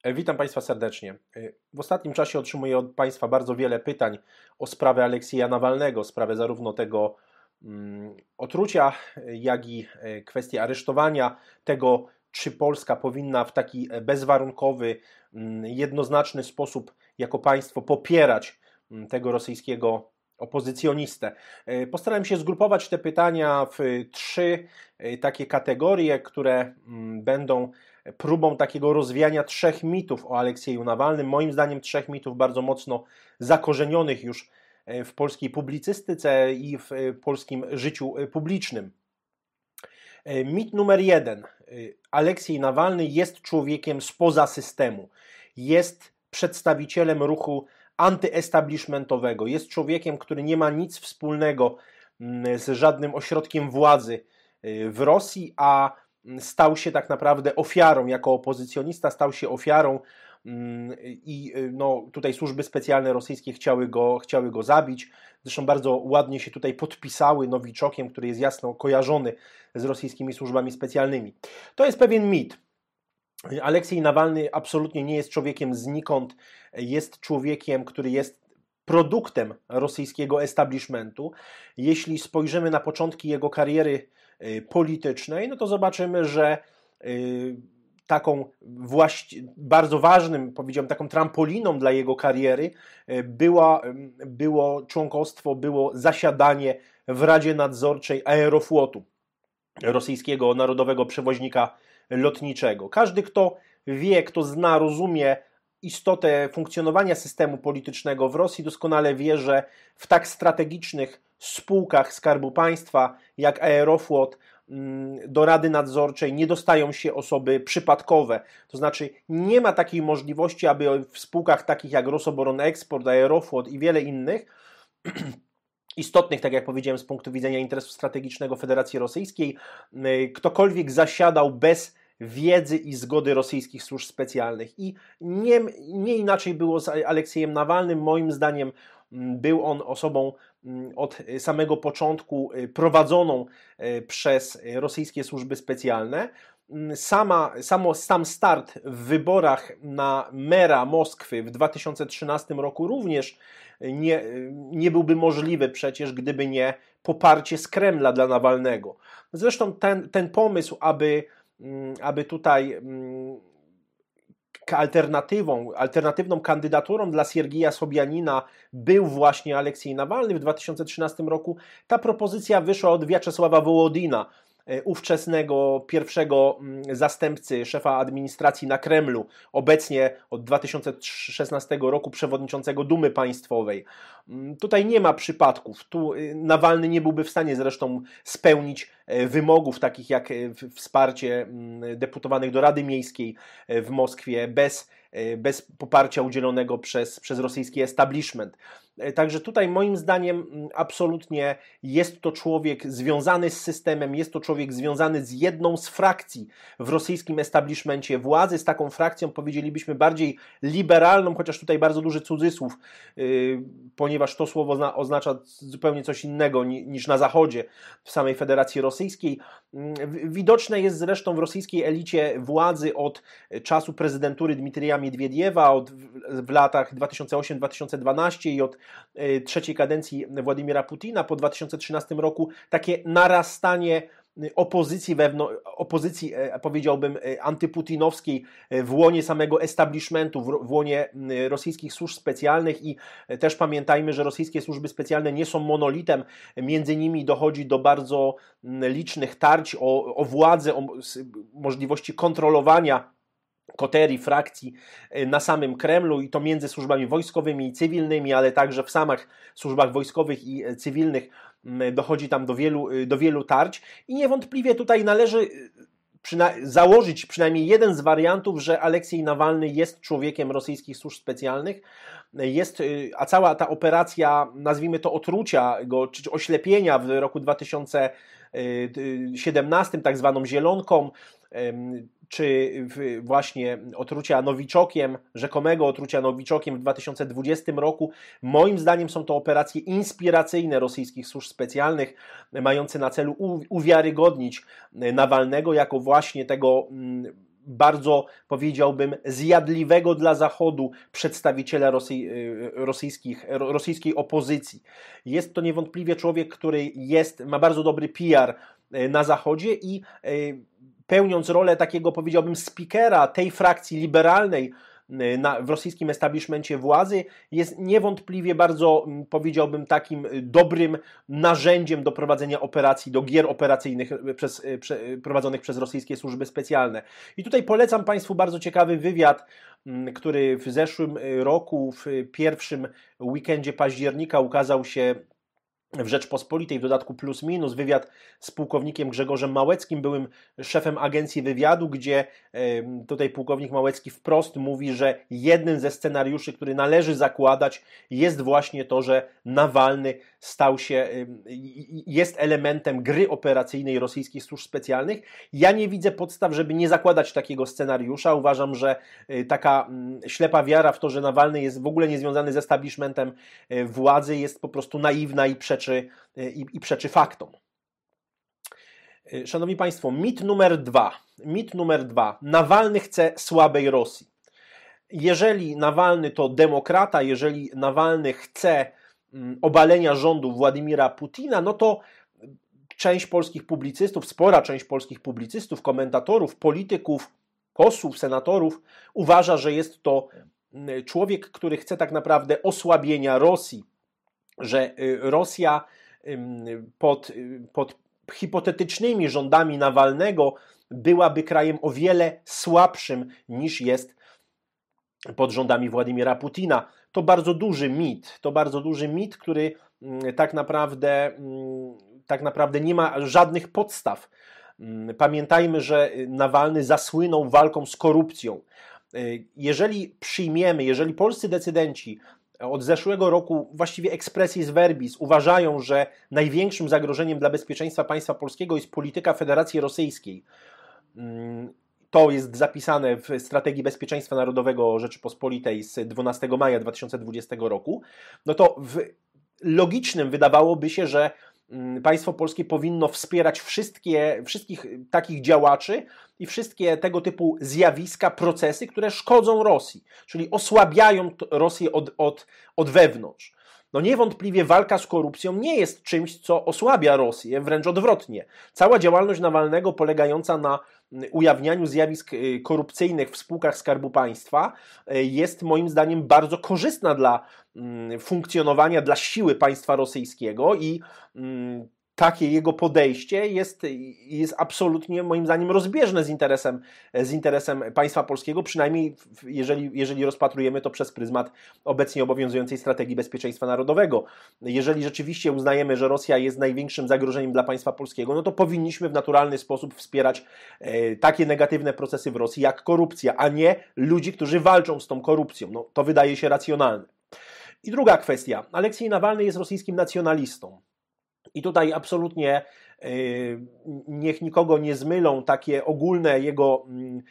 Witam Państwa serdecznie. W ostatnim czasie otrzymuję od Państwa bardzo wiele pytań o sprawę Aleksieja Nawalnego, sprawę zarówno tego otrucia, jak i kwestię aresztowania, tego, czy Polska powinna w taki bezwarunkowy, jednoznaczny sposób jako państwo popierać tego rosyjskiego opozycjonistę. Postarałem się zgrupować te pytania w trzy takie kategorie, które będą próbą takiego rozwiania trzech mitów o Aleksieju Nawalnym. Moim zdaniem trzech mitów bardzo mocno zakorzenionych już w polskiej publicystyce i w polskim życiu publicznym. Mit numer jeden. Aleksiej Nawalny jest człowiekiem spoza systemu. Jest przedstawicielem ruchu antyestablishmentowego. Jest człowiekiem, który nie ma nic wspólnego z żadnym ośrodkiem władzy w Rosji, a stał się tak naprawdę ofiarą, jako opozycjonista stał się ofiarą i tutaj służby specjalne rosyjskie chciały go zabić. Zresztą bardzo ładnie się tutaj podpisały Nowiczokiem, który jest jasno kojarzony z rosyjskimi służbami specjalnymi. To jest pewien mit. Aleksiej Nawalny absolutnie nie jest człowiekiem znikąd, jest człowiekiem, który jest produktem rosyjskiego establishmentu. Jeśli spojrzymy na początki jego kariery politycznej, no to zobaczymy, że taką bardzo ważnym, powiedziałbym, taką trampoliną dla jego kariery było członkostwo, było zasiadanie w Radzie Nadzorczej Aeroflotu, rosyjskiego narodowego przewoźnika lotniczego. Każdy, kto wie, kto zna, rozumie istotę funkcjonowania systemu politycznego w Rosji, doskonale wie, że w tak strategicznych spółkach Skarbu Państwa jak Aeroflot do Rady Nadzorczej nie dostają się osoby przypadkowe. To znaczy nie ma takiej możliwości, aby w spółkach takich jak Rosoboronexport, Aeroflot i wiele innych istotnych, tak jak powiedziałem, z punktu widzenia interesu strategicznego Federacji Rosyjskiej, ktokolwiek zasiadał bez wiedzy i zgody rosyjskich służb specjalnych. I nie inaczej było z Aleksiejem Nawalnym. Moim zdaniem był on osobą od samego początku prowadzoną przez rosyjskie służby specjalne. Sam start w wyborach na mera Moskwy w 2013 roku również nie byłby możliwy przecież, gdyby nie poparcie z Kremla dla Nawalnego. Zresztą ten pomysł, aby tutaj alternatywną kandydaturą dla Siergieja Sobianina był właśnie Aleksiej Nawalny w 2013 roku, ta propozycja wyszła od Wiaczesława Wołodina, ówczesnego pierwszego zastępcy szefa administracji na Kremlu, obecnie od 2016 roku przewodniczącego Dumy Państwowej. Tutaj nie ma przypadków. Tu Nawalny nie byłby w stanie zresztą spełnić wymogów takich jak wsparcie deputowanych do Rady Miejskiej w Moskwie bez poparcia udzielonego przez rosyjski establishment. Także tutaj moim zdaniem absolutnie jest to człowiek związany z systemem, jest to człowiek związany z jedną z frakcji w rosyjskim establishmencie władzy, z taką frakcją, powiedzielibyśmy, bardziej liberalną, chociaż tutaj bardzo duży cudzysłów, ponieważ to słowo oznacza zupełnie coś innego niż na Zachodzie, w samej Federacji Rosyjskiej. Widoczne jest zresztą w rosyjskiej elicie władzy od czasu prezydentury Dmitrija Miedwiediewa w latach 2008-2012 i od trzeciej kadencji Władimira Putina po 2013 roku takie narastanie opozycji, powiedziałbym, antyputinowskiej w łonie samego establishmentu, w łonie rosyjskich służb specjalnych i też pamiętajmy, że rosyjskie służby specjalne nie są monolitem, między nimi dochodzi do bardzo licznych tarć o władzę, o możliwości kontrolowania koterii, frakcji na samym Kremlu i to między służbami wojskowymi i cywilnymi, ale także w samych służbach wojskowych i cywilnych dochodzi tam do wielu tarć i niewątpliwie tutaj należy założyć przynajmniej jeden z wariantów, że Aleksiej Nawalny jest człowiekiem rosyjskich służb specjalnych, a cała ta operacja, nazwijmy to otrucia go, czy oślepienia w roku 2017, tak zwaną zielonką, czy właśnie otrucia Nowiczokiem, rzekomego otrucia Nowiczokiem w 2020 roku. Moim zdaniem są to operacje inspiracyjne rosyjskich służb specjalnych, mające na celu uwiarygodnić Nawalnego jako właśnie tego bardzo, powiedziałbym, zjadliwego dla Zachodu przedstawiciela rosyjskiej opozycji. Jest to niewątpliwie człowiek, który ma bardzo dobry PR na Zachodzie i pełniąc rolę takiego, powiedziałbym, speakera tej frakcji liberalnej w rosyjskim establishmencie władzy, jest niewątpliwie bardzo, powiedziałbym, takim dobrym narzędziem do prowadzenia operacji, do gier operacyjnych prowadzonych przez rosyjskie służby specjalne. I tutaj polecam Państwu bardzo ciekawy wywiad, który w zeszłym roku, w pierwszym weekendzie października ukazał się w Rzeczpospolitej, w dodatku plus minus, wywiad z pułkownikiem Grzegorzem Małeckim, byłym szefem agencji wywiadu, gdzie tutaj pułkownik Małecki wprost mówi, że jednym ze scenariuszy, który należy zakładać, jest właśnie to, że Nawalny jest elementem gry operacyjnej rosyjskich służb specjalnych. Ja nie widzę podstaw, żeby nie zakładać takiego scenariusza. Uważam, że taka ślepa wiara w to, że Nawalny jest w ogóle niezwiązany z establishmentem władzy, jest po prostu naiwna i przeczy faktom. Szanowni Państwo, mit numer dwa. Nawalny chce słabej Rosji. Jeżeli Nawalny to demokrata, jeżeli Nawalny chce obalenia rządu Władimira Putina, no to część polskich publicystów, spora część polskich publicystów, komentatorów, polityków, posłów, senatorów uważa, że jest to człowiek, który chce tak naprawdę osłabienia Rosji, że Rosja pod hipotetycznymi rządami Nawalnego byłaby krajem o wiele słabszym niż jest pod rządami Władimira Putina. To bardzo duży mit, który tak naprawdę nie ma żadnych podstaw. Pamiętajmy, że Nawalny zasłynął walką z korupcją. Jeżeli polscy decydenci od zeszłego roku, właściwie expressis verbis, uważają, że największym zagrożeniem dla bezpieczeństwa państwa polskiego jest polityka Federacji Rosyjskiej, to jest zapisane w Strategii Bezpieczeństwa Narodowego Rzeczypospolitej z 12 maja 2020 roku, no to logicznym wydawałoby się, że państwo polskie powinno wspierać wszystkich takich działaczy i wszystkie tego typu zjawiska, procesy, które szkodzą Rosji, czyli osłabiają Rosję od wewnątrz. No niewątpliwie walka z korupcją nie jest czymś, co osłabia Rosję, wręcz odwrotnie. Cała działalność Nawalnego polegająca na ujawnianiu zjawisk korupcyjnych w spółkach Skarbu Państwa jest moim zdaniem bardzo korzystna dla funkcjonowania, dla siły państwa rosyjskiego i takie jego podejście jest absolutnie moim zdaniem rozbieżne z interesem państwa polskiego, przynajmniej jeżeli rozpatrujemy to przez pryzmat obecnie obowiązującej strategii bezpieczeństwa narodowego. Jeżeli rzeczywiście uznajemy, że Rosja jest największym zagrożeniem dla państwa polskiego, no to powinniśmy w naturalny sposób wspierać takie negatywne procesy w Rosji jak korupcja, a nie ludzi, którzy walczą z tą korupcją. No, to wydaje się racjonalne. I druga kwestia. Aleksiej Nawalny jest rosyjskim nacjonalistą. I tutaj absolutnie niech nikogo nie zmylą takie ogólne jego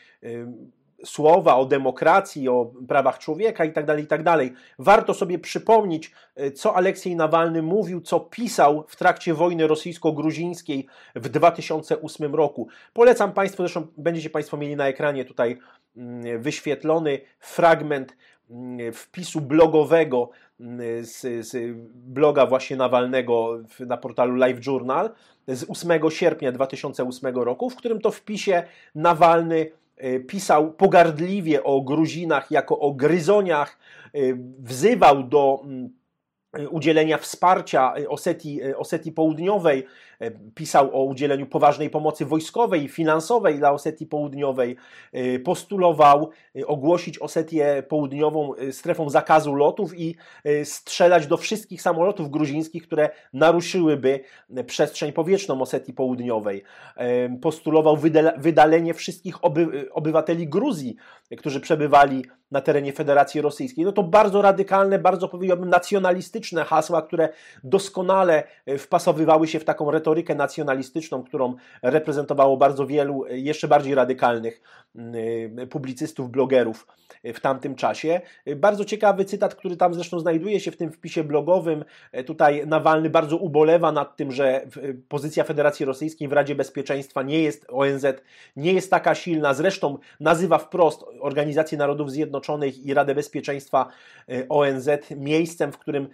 słowa o demokracji, o prawach człowieka itd. Warto sobie przypomnieć, co Aleksiej Nawalny mówił, co pisał w trakcie wojny rosyjsko-gruzińskiej w 2008 roku. Polecam Państwu, zresztą będziecie Państwo mieli na ekranie tutaj wyświetlony fragment wpisu blogowego z bloga właśnie Nawalnego na portalu LiveJournal z 8 sierpnia 2008 roku, w którym to wpisie Nawalny pisał pogardliwie o Gruzinach jako o gryzoniach, wzywał do udzielenia wsparcia Osetii Południowej, pisał o udzieleniu poważnej pomocy wojskowej i finansowej dla Osetii Południowej, postulował ogłosić Osetię Południową strefą zakazu lotów i strzelać do wszystkich samolotów gruzińskich, które naruszyłyby przestrzeń powietrzną Osetii Południowej. Postulował wydalenie wszystkich obywateli Gruzji, którzy przebywali na terenie Federacji Rosyjskiej. No to bardzo radykalne, bardzo powiedziałbym nacjonalistyczne hasła, które doskonale wpasowywały się w taką retorykę nacjonalistyczną, którą reprezentowało bardzo wielu jeszcze bardziej radykalnych publicystów, blogerów w tamtym czasie. Bardzo ciekawy cytat, który tam zresztą znajduje się w tym wpisie blogowym. Tutaj Nawalny bardzo ubolewa nad tym, że pozycja Federacji Rosyjskiej w Radzie Bezpieczeństwa nie jest, ONZ nie jest taka silna. Zresztą nazywa wprost Organizację Narodów Zjednoczonych i Radę Bezpieczeństwa ONZ miejscem, w którym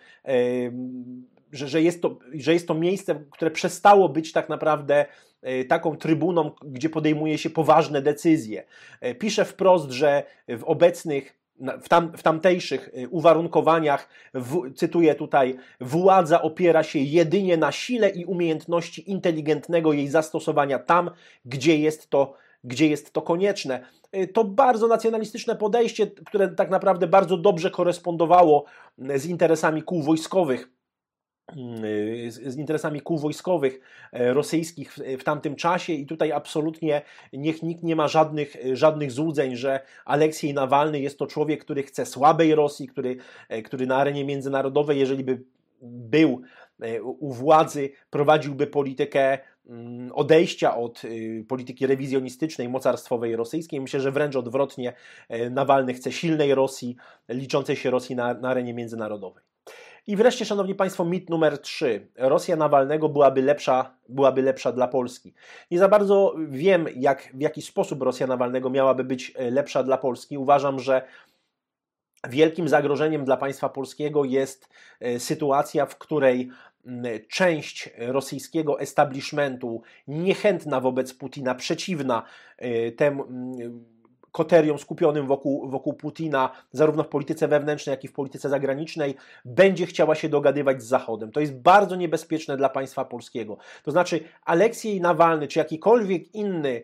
że jest to miejsce, które przestało być tak naprawdę taką trybuną, gdzie podejmuje się poważne decyzje. Pisze wprost, że w obecnych, w tamtejszych uwarunkowaniach, cytuję tutaj, władza opiera się jedynie na sile i umiejętności inteligentnego jej zastosowania tam, gdzie jest to konieczne. To bardzo nacjonalistyczne podejście, które tak naprawdę bardzo dobrze korespondowało z interesami kół wojskowych rosyjskich w tamtym czasie i tutaj absolutnie niech nikt nie ma żadnych złudzeń, że Aleksiej Nawalny jest to człowiek, który chce słabej Rosji, który na arenie międzynarodowej, jeżeli by był u władzy, prowadziłby politykę odejścia od polityki rewizjonistycznej, mocarstwowej rosyjskiej. Myślę, że wręcz odwrotnie, Nawalny chce silnej Rosji, liczącej się Rosji na arenie międzynarodowej. I wreszcie, szanowni państwo, mit numer 3. Rosja Nawalnego byłaby lepsza dla Polski. Nie za bardzo wiem, w jaki sposób Rosja Nawalnego miałaby być lepsza dla Polski. Uważam, że wielkim zagrożeniem dla państwa polskiego jest sytuacja, w której część rosyjskiego establishmentu niechętna wobec Putina, przeciwna temu koteriom skupionym wokół Putina, zarówno w polityce wewnętrznej, jak i w polityce zagranicznej, będzie chciała się dogadywać z Zachodem. To jest bardzo niebezpieczne dla państwa polskiego. To znaczy Aleksiej Nawalny, czy jakikolwiek inny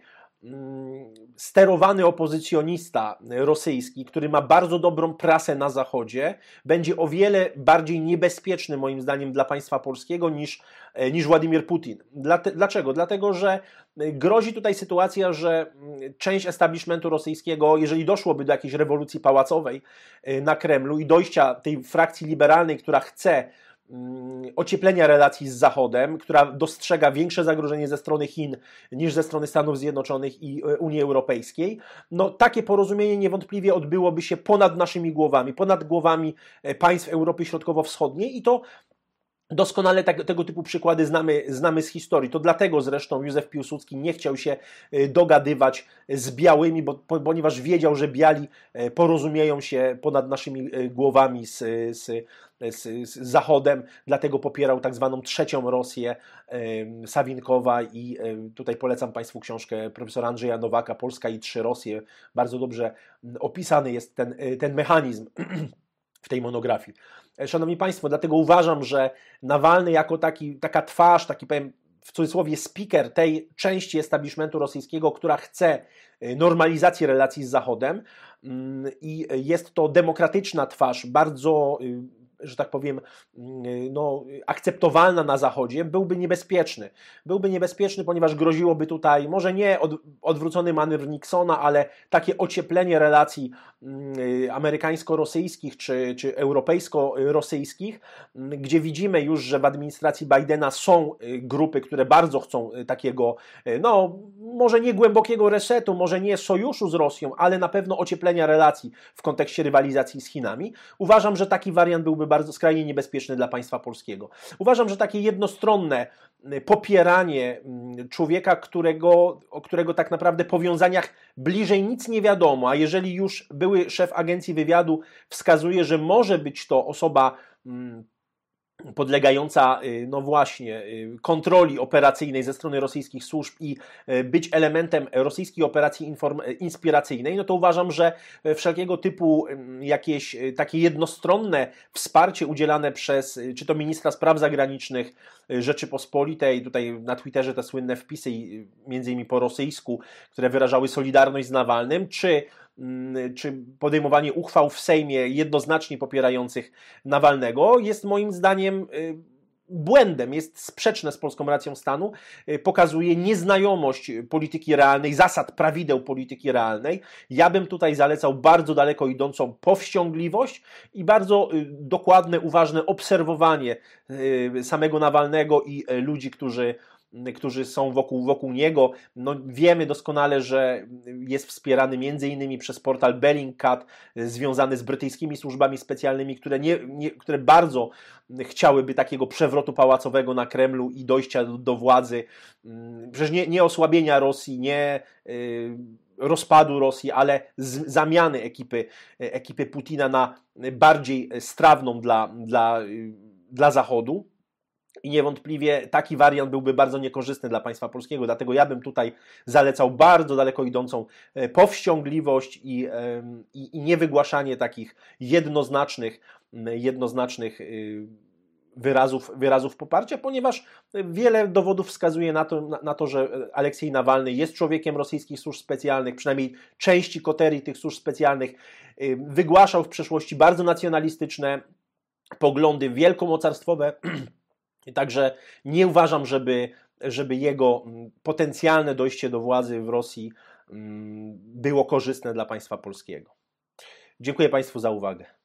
sterowany opozycjonista rosyjski, który ma bardzo dobrą prasę na Zachodzie, będzie o wiele bardziej niebezpieczny moim zdaniem dla państwa polskiego niż Władimir Putin. Dlaczego? Dlatego, że grozi tutaj sytuacja, że część establishmentu rosyjskiego, jeżeli doszłoby do jakiejś rewolucji pałacowej na Kremlu i dojścia tej frakcji liberalnej, która chce ocieplenia relacji z Zachodem, która dostrzega większe zagrożenie ze strony Chin niż ze strony Stanów Zjednoczonych i Unii Europejskiej, no takie porozumienie niewątpliwie odbyłoby się ponad naszymi głowami, ponad głowami państw Europy Środkowo-Wschodniej i to doskonale tego typu przykłady znamy z historii. To dlatego zresztą Józef Piłsudski nie chciał się dogadywać z białymi, ponieważ wiedział, że biali porozumieją się ponad naszymi głowami z Zachodem, dlatego popierał tak zwaną trzecią Rosję Sawinkowa i tutaj polecam państwu książkę profesora Andrzeja Nowaka „Polska i trzy Rosje”. Bardzo dobrze opisany jest ten mechanizm w tej monografii. Szanowni państwo, dlatego uważam, że Nawalny jako taka twarz, taki powiem w cudzysłowie speaker tej części establishmentu rosyjskiego, która chce normalizacji relacji z Zachodem i jest to demokratyczna twarz, bardzo, że tak powiem, akceptowalna na Zachodzie, byłby niebezpieczny. Byłby niebezpieczny, ponieważ groziłoby tutaj może nie odwrócony manewr Nixona, ale takie ocieplenie relacji amerykańsko-rosyjskich czy europejsko-rosyjskich, gdzie widzimy już, że w administracji Bidena są grupy, które bardzo chcą takiego, może nie głębokiego resetu, może nie sojuszu z Rosją, ale na pewno ocieplenia relacji w kontekście rywalizacji z Chinami. Uważam, że taki wariant byłby bardzo skrajnie niebezpieczny dla państwa polskiego. Uważam, że takie jednostronne popieranie człowieka, o którego tak naprawdę powiązaniach bliżej nic nie wiadomo, a jeżeli już były szef agencji wywiadu wskazuje, że może być to osoba podlegająca, kontroli operacyjnej ze strony rosyjskich służb i być elementem rosyjskiej operacji inspiracyjnej, no to uważam, że wszelkiego typu jakieś takie jednostronne wsparcie udzielane przez czy to ministra spraw zagranicznych Rzeczypospolitej, tutaj na Twitterze te słynne wpisy, między innymi po rosyjsku, które wyrażały solidarność z Nawalnym, czy podejmowanie uchwał w Sejmie jednoznacznie popierających Nawalnego jest moim zdaniem błędem, jest sprzeczne z polską racją stanu, pokazuje nieznajomość polityki realnej, zasad, prawideł polityki realnej. Ja bym tutaj zalecał bardzo daleko idącą powściągliwość i bardzo dokładne, uważne obserwowanie samego Nawalnego i ludzi, którzy którzy są wokół niego. No, wiemy doskonale, że jest wspierany m.in. przez portal Bellingcat, związany z brytyjskimi służbami specjalnymi, które bardzo chciałyby takiego przewrotu pałacowego na Kremlu i dojścia do władzy. Przecież nie osłabienia Rosji, nie rozpadu Rosji, ale zamiany ekipy Putina na bardziej strawną dla Zachodu. I niewątpliwie taki wariant byłby bardzo niekorzystny dla państwa polskiego, dlatego ja bym tutaj zalecał bardzo daleko idącą powściągliwość i niewygłaszanie takich jednoznacznych wyrazów poparcia, ponieważ wiele dowodów wskazuje na to, że Aleksiej Nawalny jest człowiekiem rosyjskich służb specjalnych, przynajmniej części koterii tych służb specjalnych, wygłaszał w przeszłości bardzo nacjonalistyczne poglądy wielkomocarstwowe. Także nie uważam, żeby jego potencjalne dojście do władzy w Rosji było korzystne dla państwa polskiego. Dziękuję Państwu za uwagę.